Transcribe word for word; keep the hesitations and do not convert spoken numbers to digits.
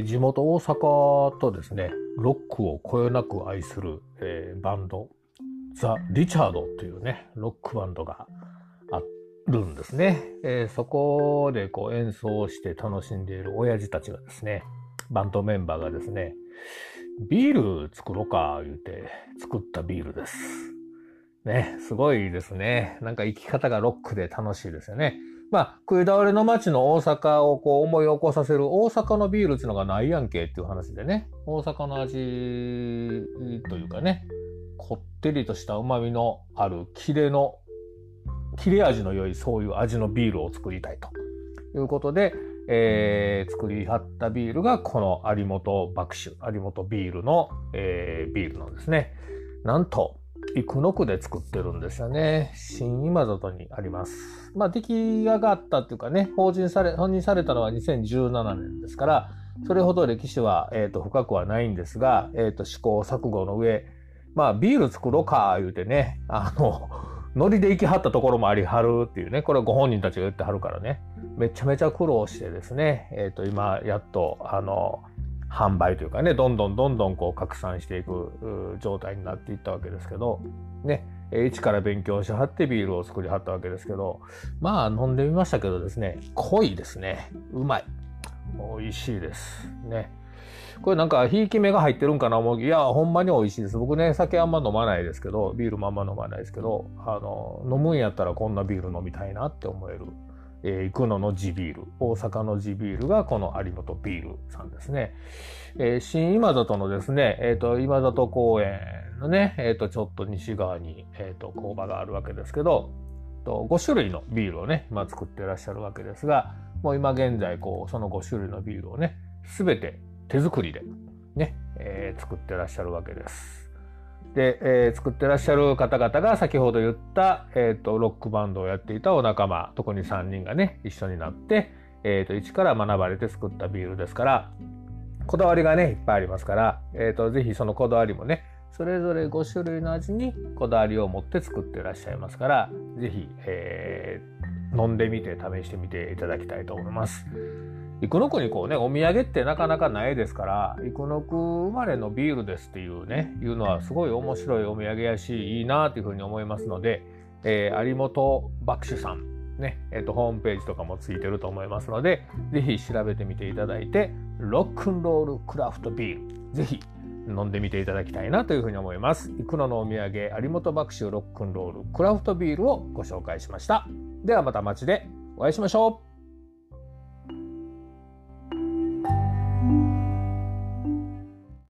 ー、地元大阪とですね、ロックをこよなく愛する、えー、バンド、ザ・リチャードというね、ロックバンドがあるんですね。えー、そこでこう演奏して楽しんでいる親父たちがですね、バンドメンバーがですね、ビール作ろうか言うて作ったビールです。ね、すごいですね。なんか生き方がロックで楽しいですよね。まあ、食い倒れの街の大阪をこう思い起こさせる大阪のビールっていうのがないやんけっていう話でね、大阪の味というかね、こってりとした旨味のある切れの、切れ味の良いそういう味のビールを作りたいということで、えー、作りはったビールがこの有本麦酒、有本ビールの、えー、ビールなんですね。なんと、生野区で作ってるんですよね。新今里にあります。まあ出来上がったっていうかね、法人され、本認されたのはにせんじゅうななねんですから、それほど歴史は、えーと、深くはないんですが、えーと、試行錯誤の上、まあビール作ろうか言うてね、あの、ノリで行きはったところもありはるっていうね、これはご本人たちが言ってはるからね、めちゃめちゃ苦労してですね、えーと、今やっと、あの、販売というかね、どんどんどんどんこう拡散していく状態になっていったわけですけど、ね、一から勉強しはってビールを作りはったわけですけど、まあ飲んでみましたけどですね、濃いですね。うまい。美味しいです。ね。これなんか、ひいき目が入ってるんかな思う。いや、ほんまに美味しいです。僕ね、酒あんま飲まないですけど、ビールもあんま飲まないですけど、あの、飲むんやったらこんなビール飲みたいなって思える。えー、生野の地ビール、大阪の地ビールがこの有本ビールさんですね。えー、新今里のですね、えっと、今里公園のね、えっと、ちょっと西側に、えっと、工場があるわけですけど、とご種類のビールをね、今作ってらっしゃるわけですが、もう今現在、こう、そのご種類のビールをね、すべて手作りで、ね、えー、作ってらっしゃるわけです。で、えー、作ってらっしゃる方々が先ほど言った、えっと、ロックバンドをやっていたお仲間、特にさんにんがね、一緒になって、えっと、一から学ばれて作ったビールですから、こだわりがね、いっぱいありますから、えっと、ぜひそのこだわりもね、それぞれご種類の味にこだわりを持って作ってらっしゃいますから、ぜひ、えー、飲んでみて試してみていただきたいと思います。生野区にこうね、お土産ってなかなかないですから、生野区生まれのビールですっていうね、いうのはすごい面白いお土産やし、いいなというふうに思いますので、えー、有本麦酒さん、ね、えっと、ホームページとかもついてると思いますので、ぜひ調べてみていただいて、ロックンロールクラフトビール、ぜひ飲んでみていただきたいなというふうに思います。生野のお土産、有本麦酒ロックンロールクラフトビールをご紹介しました。ではまた街でお会いしましょう。